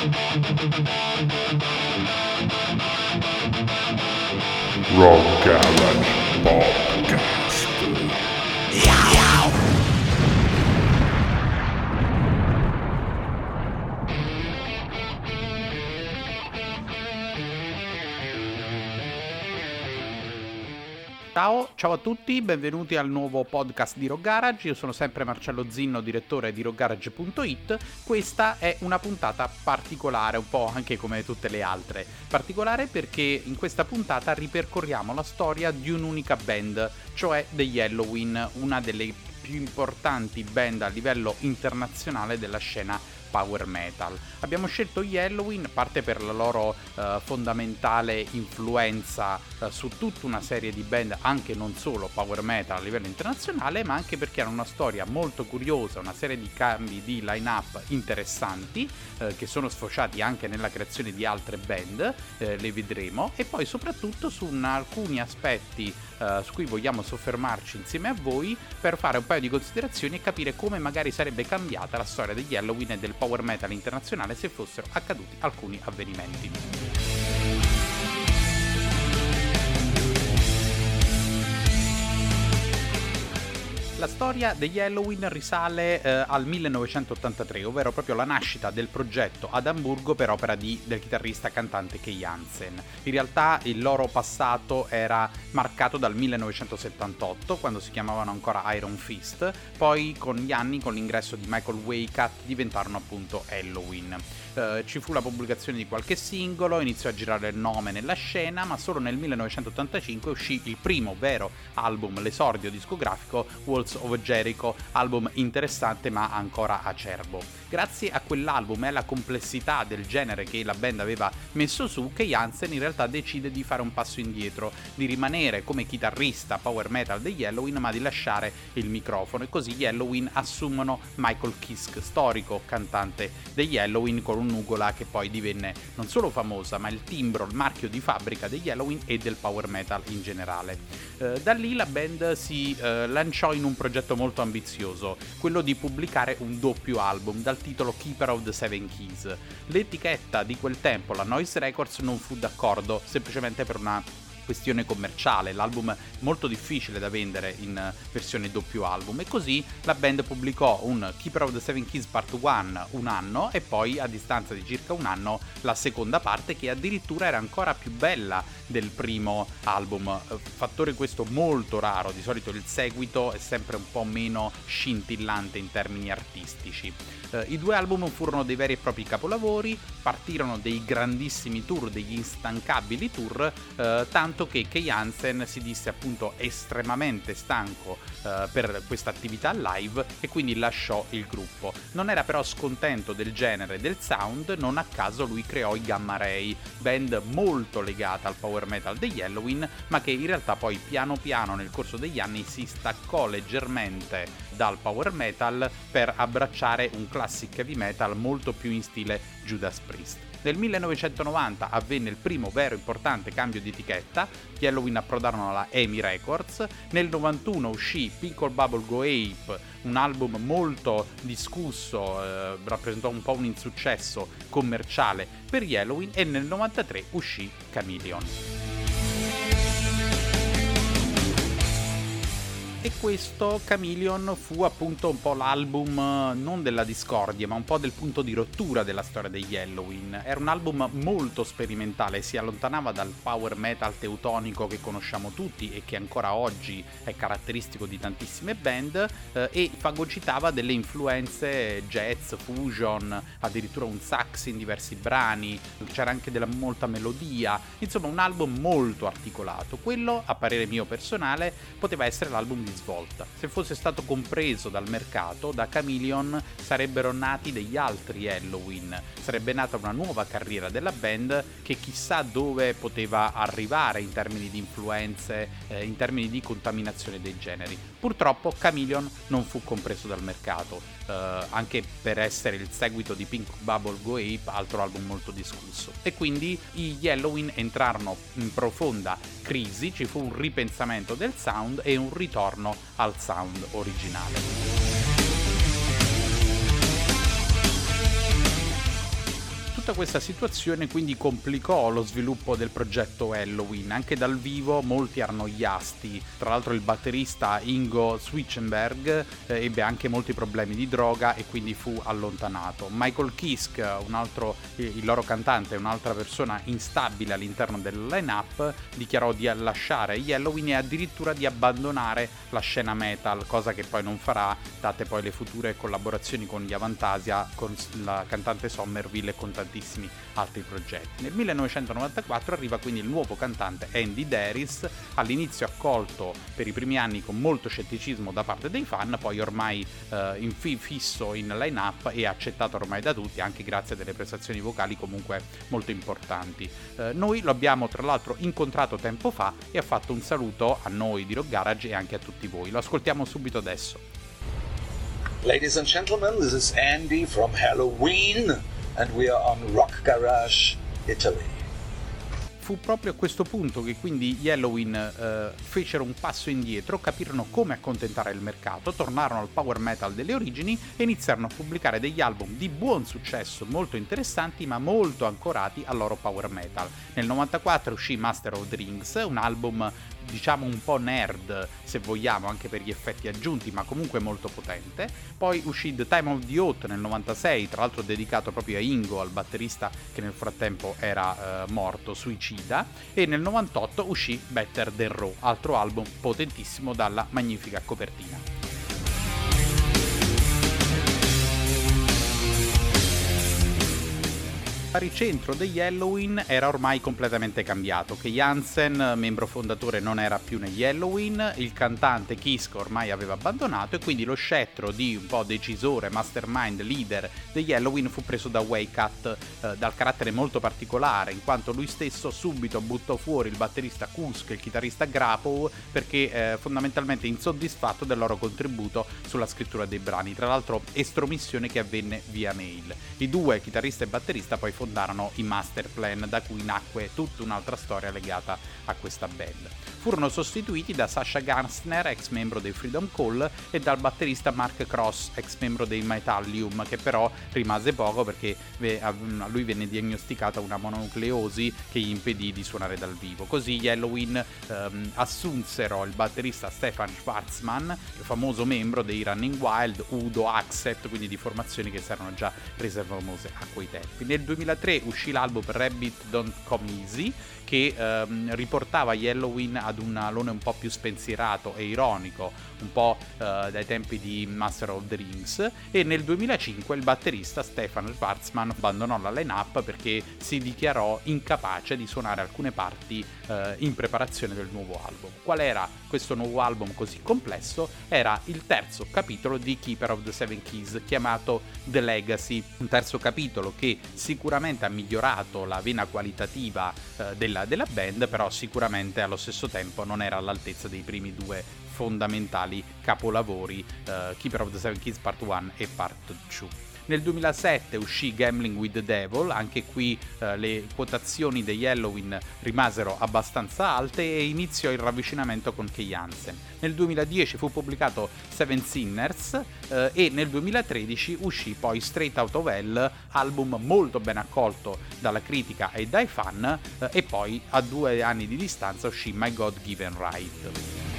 Rock Garage Podcast. Ciao a tutti, benvenuti al nuovo podcast di Rock Garage. Io sono sempre Marcello Zinno, direttore di rockgarage.it. Questa è una puntata particolare, un po' anche come tutte le altre. Particolare perché in questa puntata ripercorriamo la storia di un'unica band, cioè The Helloween, una delle più importanti band a livello internazionale della scena power metal. Abbiamo scelto gli Helloween, a parte per la loro fondamentale influenza su tutta una serie di band, anche non solo power metal a livello internazionale, ma anche perché hanno una storia molto curiosa, una serie di cambi di line-up interessanti che sono sfociati anche nella creazione di altre band, le vedremo, e poi soprattutto su alcuni aspetti su cui vogliamo soffermarci insieme a voi per fare un paio di considerazioni e capire come magari sarebbe cambiata la storia degli Helloween e del power metal internazionale se fossero accaduti alcuni avvenimenti. La storia degli Helloween risale al 1983, ovvero proprio la nascita del progetto ad Amburgo per opera del chitarrista cantante Kai Hansen. In realtà il loro passato era marcato dal 1978, quando si chiamavano ancora Iron Fist, poi con gli anni, con l'ingresso di Michael Weikat, diventarono appunto Helloween. Ci fu la pubblicazione di qualche singolo, iniziò a girare il nome nella scena, ma solo nel 1985 uscì il primo vero album, l'esordio discografico, Walls of Jericho, album interessante ma ancora acerbo. Grazie a quell'album e alla complessità del genere che la band aveva messo su, Kai Hansen in realtà decide di fare un passo indietro, di rimanere come chitarrista power metal degli Helloween ma di lasciare il microfono, e così gli Helloween assumono Michael Kiske, storico cantante degli Helloween, con un'ugola che poi divenne non solo famosa ma il timbro, il marchio di fabbrica degli Helloween e del power metal in generale. Da lì la band si lanciò in un progetto molto ambizioso, quello di pubblicare un doppio album dal titolo Keeper of the Seven Keys. L'etichetta di quel tempo, la Noise Records, non fu d'accordo, semplicemente per una questione commerciale. L'album è molto difficile da vendere in versione doppio album, e così la band pubblicò un Keeper of the Seven Keys Part 1 un anno, e poi a distanza di circa un anno la seconda parte, che addirittura era ancora più bella del primo album, fattore questo molto raro. Di solito il seguito è sempre un po' meno scintillante in termini artistici. I due album furono dei veri e propri capolavori, partirono dei grandissimi tour, degli instancabili tour, tanto che Kai Hansen si disse appunto estremamente stanco per questa attività live, e quindi lasciò il gruppo. Non era però scontento del genere e del sound, non a caso lui creò i Gamma Ray, band molto legata al power metal degli Helloween, ma che in realtà poi piano piano nel corso degli anni si staccò leggermente dal power metal per abbracciare un classic heavy metal molto più in stile Judas Priest. Nel 1990 avvenne il primo vero importante cambio di etichetta, gli Helloween approdarono alla EMI Records. Nel 91 uscì Pickle Bubble Go Ape, un album molto discusso, rappresentò un po' un insuccesso commerciale per gli Helloween, e nel 93 uscì Chameleon. E questo Chameleon fu appunto un po' l'album non della discordia, ma un po' del punto di rottura della storia degli Helloween. Era un album molto sperimentale, si allontanava dal power metal teutonico che conosciamo tutti e che ancora oggi è caratteristico di tantissime band, e fagocitava delle influenze jazz, fusion, addirittura un sax in diversi brani, c'era anche molta melodia, insomma un album molto articolato. Quello, a parere mio personale, poteva essere l'album di svolta. Se fosse stato compreso dal mercato, da Chameleon sarebbero nati degli altri Helloween, sarebbe nata una nuova carriera della band che chissà dove poteva arrivare in termini di influenze, in termini di contaminazione dei generi. Purtroppo Chameleon non fu compreso dal mercato, anche per essere il seguito di Pink Bubble Go Ape, altro album molto discusso, e quindi gli Helloween entrarono in profonda crisi, ci fu un ripensamento del sound e un ritorno al sound originale. Tutta questa situazione quindi complicò lo sviluppo del progetto Helloween. Anche dal vivo molti arnoiasti. Tra l'altro il batterista Ingo Switzenberg ebbe anche molti problemi di droga e quindi fu allontanato. Michael Kiske, il loro cantante, un'altra persona instabile all'interno del line-up, dichiarò di lasciare gli Helloween e addirittura di abbandonare la scena metal, cosa che poi non farà, date poi le future collaborazioni con gli Avantasia, con la cantante Somerville e con tantissimi altri progetti. Nel 1994 arriva quindi il nuovo cantante Andy Daris, all'inizio accolto per i primi anni con molto scetticismo da parte dei fan, poi ormai fisso in line-up e accettato ormai da tutti, anche grazie a delle prestazioni vocali comunque molto importanti. Noi lo abbiamo tra l'altro incontrato tempo fa e ha fatto un saluto a noi di Rock Garage e anche a tutti voi. Lo ascoltiamo subito adesso. Ladies and gentlemen, this is Andy from Helloween and we are on Rock Garage, Italy. Fu proprio a questo punto che quindi gli Helloween fecero un passo indietro, capirono come accontentare il mercato, tornarono al power metal delle origini e iniziarono a pubblicare degli album di buon successo, molto interessanti ma molto ancorati al loro power metal. Nel 94 uscì Master of the Rings, un album diciamo un po' nerd se vogliamo, anche per gli effetti aggiunti, ma comunque molto potente. Poi uscì The Time of the Oath nel 96, tra l'altro dedicato proprio a Ingo, al batterista che nel frattempo era morto, suicida, e nel 98 uscì Better Than Raw, altro album potentissimo dalla magnifica copertina. Il baricentro degli Helloween era ormai completamente cambiato. Kay Hansen, membro fondatore, non era più negli Helloween, il cantante Kiske ormai aveva abbandonato e quindi lo scettro di un po' decisore, mastermind, leader degli Helloween fu preso da Weikat, dal carattere molto particolare, in quanto lui stesso subito buttò fuori il batterista Kusk e il chitarrista Grapow perché fondamentalmente insoddisfatto del loro contributo sulla scrittura dei brani, tra l'altro estromissione che avvenne via mail. I due, chitarrista e batterista, poi fondarono i Masterplan, da cui nacque tutta un'altra storia legata a questa band. Furono sostituiti da Sasha Garstner, ex membro dei Freedom Call, e dal batterista Mark Cross, ex membro dei Metallium, che però rimase poco perché a lui venne diagnosticata una mononucleosi che gli impedì di suonare dal vivo. Così gli Helloween assunsero il batterista Stefan Schwarzman, il famoso membro dei Running Wild, Udo, Axet, quindi di formazioni che si erano già rese famose a quei tempi. Nel 2003 uscì l'album Rabbit Don't Come Easy, che riportava gli Helloween ad un alone un po' più spensierato e ironico, un po' dai tempi di Master of the Rings, e nel 2005 il batterista Stefan Schwarzman abbandonò la line-up perché si dichiarò incapace di suonare alcune parti in preparazione del nuovo album. Qual era questo nuovo album così complesso? Era il terzo capitolo di Keeper of the Seven Keys, chiamato The Legacy, un terzo capitolo che sicuramente ha migliorato la vena qualitativa della band, però sicuramente allo stesso tempo non era all'altezza dei primi due fondamentali capolavori, Keeper of the Seven Keys Part 1 e Part 2. Nel 2007 uscì Gambling with the Devil, anche qui le quotazioni degli Helloween rimasero abbastanza alte e iniziò il ravvicinamento con Kay Hansen. Nel 2010 fu pubblicato Seven Sinners e nel 2013 uscì poi Straight Out of Hell, album molto ben accolto dalla critica e dai fan, e poi a 2 anni di distanza uscì My God Given Right.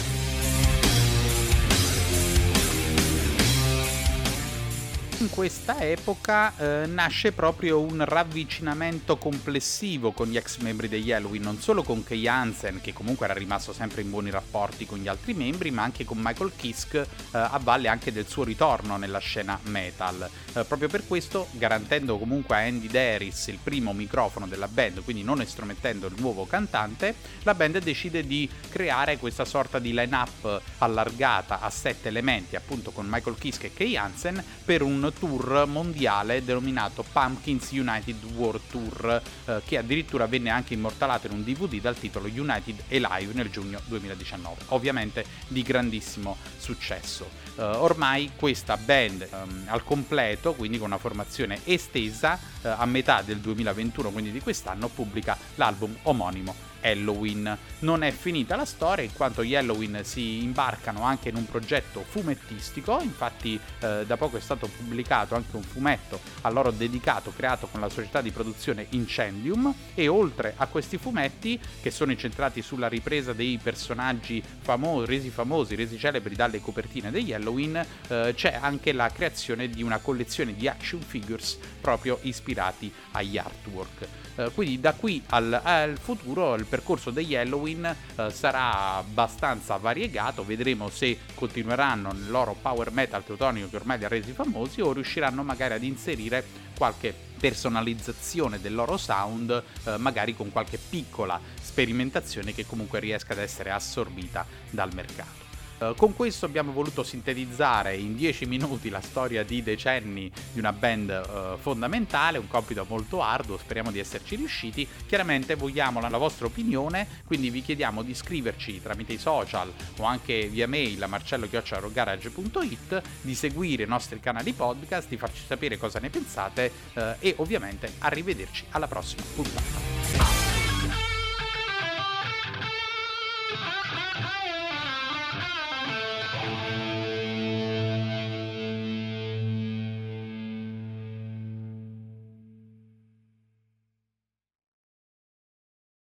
In questa epoca nasce proprio un ravvicinamento complessivo con gli ex membri degli Helloween, non solo con Kay Hansen, che comunque era rimasto sempre in buoni rapporti con gli altri membri, ma anche con Michael Kiske, a valle anche del suo ritorno nella scena metal. Proprio per questo, garantendo comunque a Andy Daris il primo microfono della band, quindi non estromettendo il nuovo cantante, la band decide di creare questa sorta di line-up allargata a 7 elementi, appunto con Michael Kiske e Kay Hansen, per un tour mondiale denominato Pumpkins United World Tour, che addirittura venne anche immortalato in un DVD dal titolo United Alive nel giugno 2019, ovviamente di grandissimo successo. Ormai questa band al completo, quindi con una formazione estesa, a metà del 2021, quindi di quest'anno, pubblica l'album omonimo Helloween. Non è finita la storia, in quanto gli Helloween si imbarcano anche in un progetto fumettistico. Infatti da poco è stato pubblicato anche un fumetto a loro dedicato, creato con la società di produzione Incendium, e oltre a questi fumetti, che sono incentrati sulla ripresa dei personaggi resi celebri dalle copertine degli Halloween, c'è anche la creazione di una collezione di action figures proprio ispirati agli artwork. Quindi da qui al futuro il percorso degli Halloween sarà abbastanza variegato. Vedremo se continueranno nel loro power metal teutonico, che ormai li ha resi famosi, o riusciranno magari ad inserire qualche personalizzazione del loro sound, magari con qualche piccola sperimentazione che comunque riesca ad essere assorbita dal mercato. Con questo abbiamo voluto sintetizzare in 10 minuti la storia di decenni di una band fondamentale, un compito molto arduo, speriamo di esserci riusciti. Chiaramente vogliamo la vostra opinione, quindi vi chiediamo di scriverci tramite i social o anche via mail a marcello@rockgarage.it, di seguire i nostri canali podcast, di farci sapere cosa ne pensate e ovviamente arrivederci alla prossima puntata.